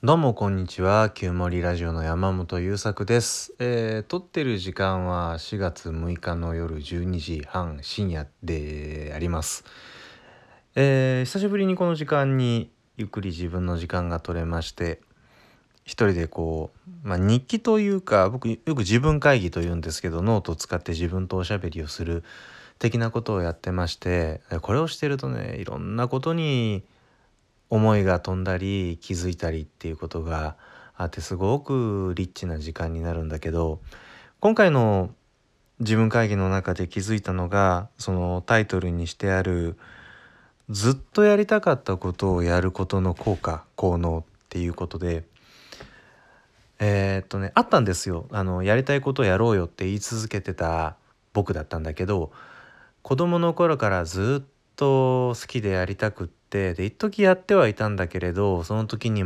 どうもこんにちは。旧森ラジオの山本優作です。撮ってる時間は4月6日の夜12時半深夜であります。久しぶりにこの時間にゆっくり自分の時間が取れまして、一人で日記というか、僕よく自分会議と言うんですけど、ノートを使って自分とおしゃべりをする的なことをやってまして、これをしてるとね、いろんなことに思いが飛んだり気づいたりっていうことがあって、すごくリッチな時間になるんだけど、今回の自分会議の中で気づいたのが、そのタイトルにしてあるずっとやりたかったことをやることの効果効能っていうことで、あったんですよ。やりたいことをやろうよって言い続けてた僕だったんだけど、子供の頃からずっと好きでやりたくって、で一時やってはいたんだけれど、その時に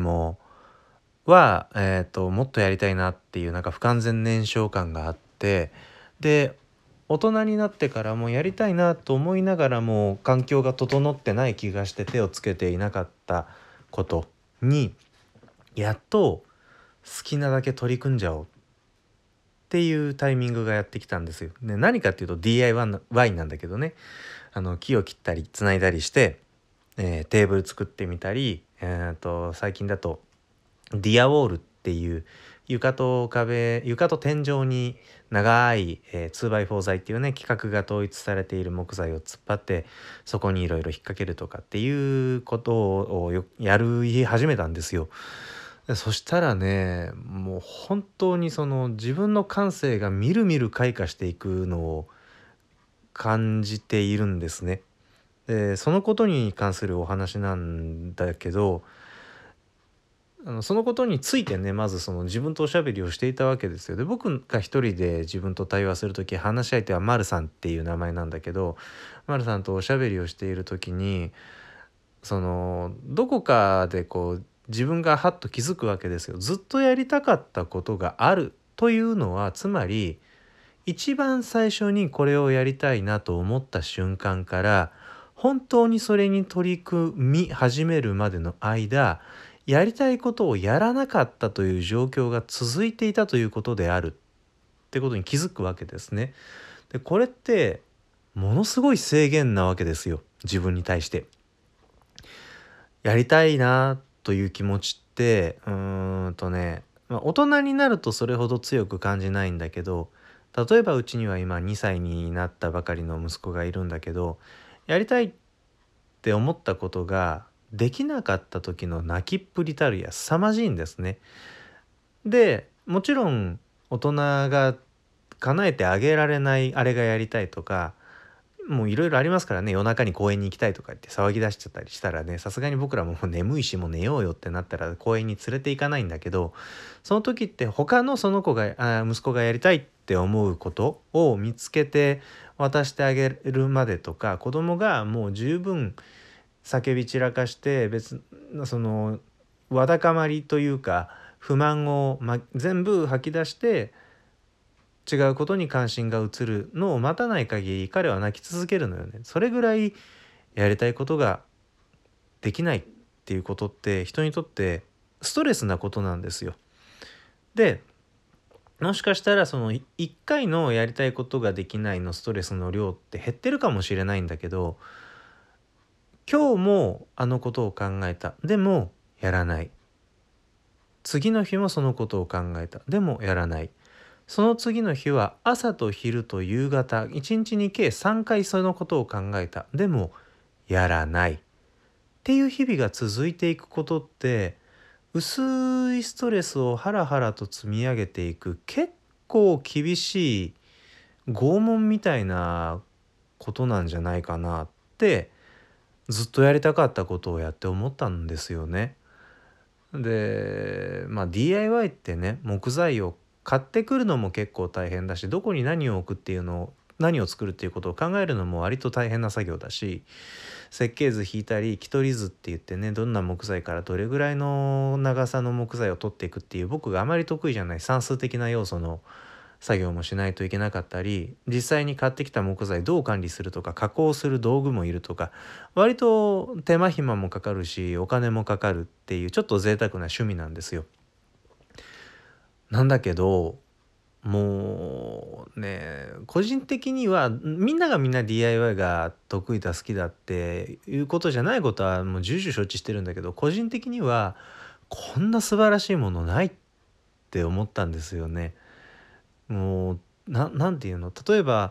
もっとやりたいなっていう不完全燃焼感があって、で大人になってからもやりたいなと思いながらも環境が整ってない気がして手をつけていなかったことに、やっと好きなだけ取り組んじゃおうっていうタイミングがやってきたんですよ。で、何かっていうと DIY なんだけどね、木を切ったりつないだりして、テーブル作ってみたり、最近だとディアウォールっていう床と天井に長い、2x4 材っていうね規格が統一されている木材を突っ張って、そこにいろいろ引っ掛けるとかっていうことをやり始めたんですよ。そしたらね、もう本当にその自分の感性がみるみる開花していくのを感じているんですね。で、そのことに関するお話なんだけど、そのことについてね、まずその自分とおしゃべりをしていたわけですよ。で、僕が一人で自分と対話する時、話し相手はマルさんっていう名前なんだけど、マルさんとおしゃべりをしている時に、どこかで自分がハッと気づくわけですよ。ずっとやりたかったことがあるというのは、つまり一番最初にこれをやりたいなと思った瞬間から、本当にそれに取り組み始めるまでの間、やりたいことをやらなかったという状況が続いていたということであるってことに気づくわけですね。で、これってものすごい制限なわけですよ。自分に対して。やりたいなという気持ちって、大人になるとそれほど強く感じないんだけど、例えばうちには今2歳になったばかりの息子がいるんだけど、やりたいって思ったことができなかった時の泣きっぷりたるや凄まじいんですね。で、もちろん大人が叶えてあげられないあれがやりたいとか、もういろいろありますからね。夜中に公園に行きたいとか言って騒ぎ出しちゃったりしたらね、さすがに僕らももう眠いしもう寝ようよってなったら公園に連れて行かないんだけど、その時って他のその子が息子がやりたいって思うことを見つけて渡してあげるまでとか、子供がもう十分叫び散らかしてそのわだかまりというか不満を、全部吐き出して違うことに関心が移るのを待たない限り彼は泣き続けるのよね。それぐらいやりたいことができないっていうことって人にとってストレスなことなんですよ。で、もしかしたらその1回のやりたいことができないのストレスの量って減ってるかもしれないんだけど、今日もあのことを考えた。でもやらない。次の日もそのことを考えた。でもやらない。その次の日は朝と昼と夕方、1日に計3回そのことを考えた。でもやらない。っていう日々が続いていくことって、薄いストレスをハラハラと積み上げていく結構厳しい拷問みたいなことなんじゃないかなって、ずっとやりたかったことをやって思ったんですよね。で、DIY ってね、木材を買ってくるのも結構大変だし、どこに何を置くっていうのを何を作るっていうことを考えるのも割と大変な作業だし、設計図引いたり木取り図って言ってね、どんな木材からどれぐらいの長さの木材を取っていくっていう、僕があまり得意じゃない算数的な要素の作業もしないといけなかったり、実際に買ってきた木材どう管理するとか加工する道具もいるとか、割と手間暇もかかるしお金もかかるっていうちょっと贅沢な趣味なんですよ。なんだけどもうね、個人的にはみんながみんな DIY が得意だ好きだっていうことじゃないことはもう重々承知してるんだけど、個人的にはこんな素晴らしいものないって思ったんですよね。もうなんていうの、例えば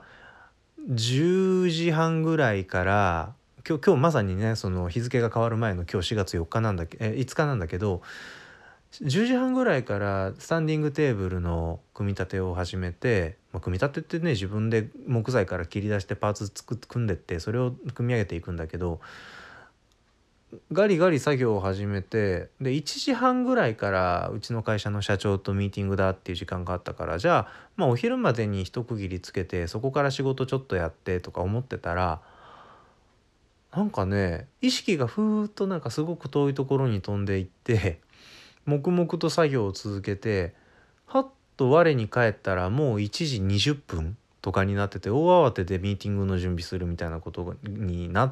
10時半ぐらいから今日まさにね、その日付が変わる前の今日4月4日なんだけ5日なんだけど、10時半ぐらいからスタンディングテーブルの組み立てを始めて、組み立てってね、自分で木材から切り出してパーツ組んでってそれを組み上げていくんだけど、ガリガリ作業を始めて、で1時半ぐらいからうちの会社の社長とミーティングだっていう時間があったから、じゃあお昼までに一区切りつけてそこから仕事ちょっとやってとか思ってたら、なんかね意識がふーっとなんかすごく遠いところに飛んでいって、黙々と作業を続けて、はっと我に返ったらもう1時20分とかになってて、大慌てでミーティングの準備するみたいなことになって、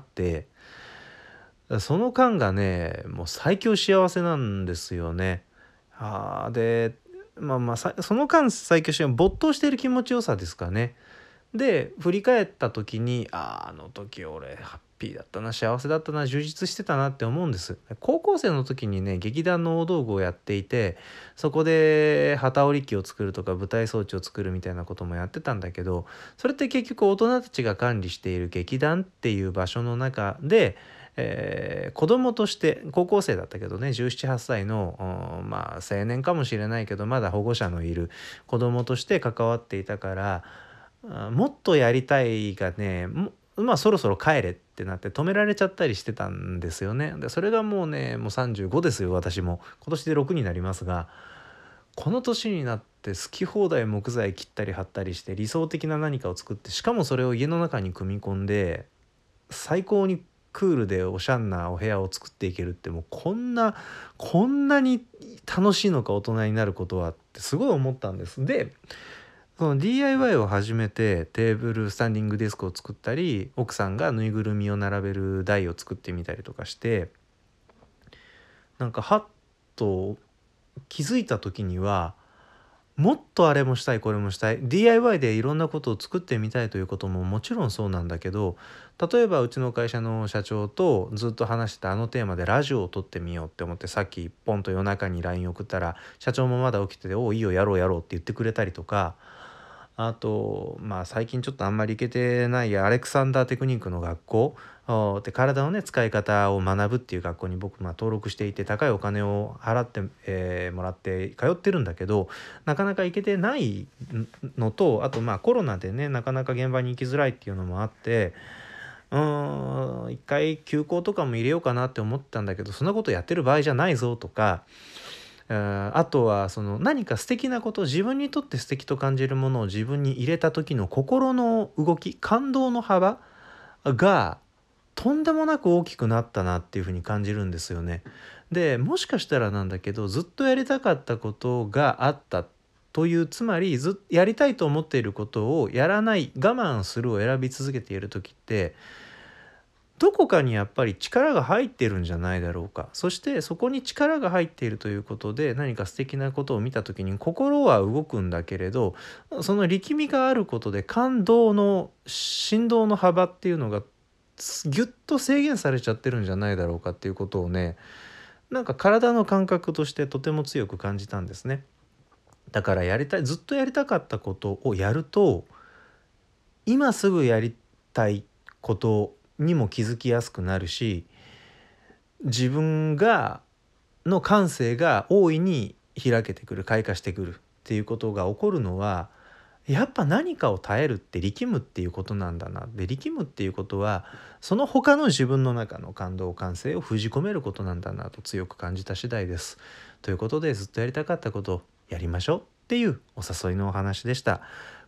その間がねもう最強幸せなんですよね。でその間最強幸せ、没頭している気持ちよさですかね。で振り返った時に、あの時俺ハッピーだったな、幸せだったな、充実してたなって思うんです。高校生の時にね劇団の大道具をやっていて、そこで機織り機を作るとか舞台装置を作るみたいなこともやってたんだけど、それって結局大人たちが管理している劇団っていう場所の中で、子供として高校生だったけどね、17、8歳の青年かもしれないけどまだ保護者のいる子供として関わっていたから、もっとやりたいがね、そろそろ帰れってなって止められちゃったりしてたんですよね。でそれがもうねもう35ですよ、私も今年で6になりますが、この年になって好き放題木材切ったり貼ったりして理想的な何かを作って、しかもそれを家の中に組み込んで最高にクールでおしゃんなお部屋を作っていけるって、もうこんなに楽しいのか大人になることはってすごい思ったんです。でその DIY を始めてテーブルスタンディングデスクを作ったり、奥さんがぬいぐるみを並べる台を作ってみたりとかして、なんかはっと気づいた時には、もっとあれもしたいこれもしたい、 DIY でいろんなことを作ってみたいということももちろんそうなんだけど、例えばうちの会社の社長とずっと話してたあのテーマでラジオを撮ってみようって思って、さっきポンと夜中に LINE 送ったら社長もまだ起きてて「おういいよやろうやろう」って言ってくれたりとか、あと最近ちょっとあんまり行けてないアレクサンダーテクニックの学校で体のね使い方を学ぶっていう学校に僕登録していて、高いお金を払って、もらって通ってるんだけど、なかなか行けてないのと、あとコロナでねなかなか現場に行きづらいっていうのもあって、一回休校とかも入れようかなって思ったんだけど、そんなことやってる場合じゃないぞとか、あとはその何か素敵なこと、自分にとって素敵と感じるものを自分に入れた時の心の動き、感動の幅がとんでもなく大きくなったなっていうふうに感じるんですよね。でもしかしたらなんだけど、ずっとやりたかったことがあったという、つまりずっとやりたいと思っていることをやらない、我慢するを選び続けている時って、どこかにやっぱり力が入ってるんじゃないだろうか。そしてそこに力が入っているということで、何か素敵なことを見た時に心は動くんだけれど、その力みがあることで感動の振動の幅っていうのがぎゅっと制限されちゃってるんじゃないだろうかっていうことをね、なんか体の感覚としてとても強く感じたんですね。だからずっとやりたかったことをやると、今すぐやりたいことにも気づきやすくなるし、自分の感性が大いに開けてくる、開花してくるっていうことが起こるのは、やっぱ何かを耐えるって力むっていうことなんだな。で力むっていうことはその他の自分の中の感動感性を封じ込めることなんだなと強く感じた次第です。ということで、ずっとやりたかったことをやりましょうっていうお誘いのお話でした。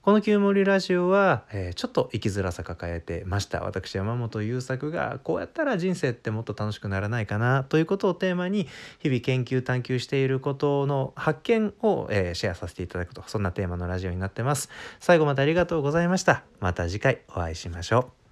この旧森ラジオは、ちょっと生きづらさ抱えてました私山本優作がこうやったら人生ってもっと楽しくならないかなということをテーマに日々研究探求していることの発見を、シェアさせていただくと、そんなテーマのラジオになってます。最後までありがとうございました。また次回お会いしましょう。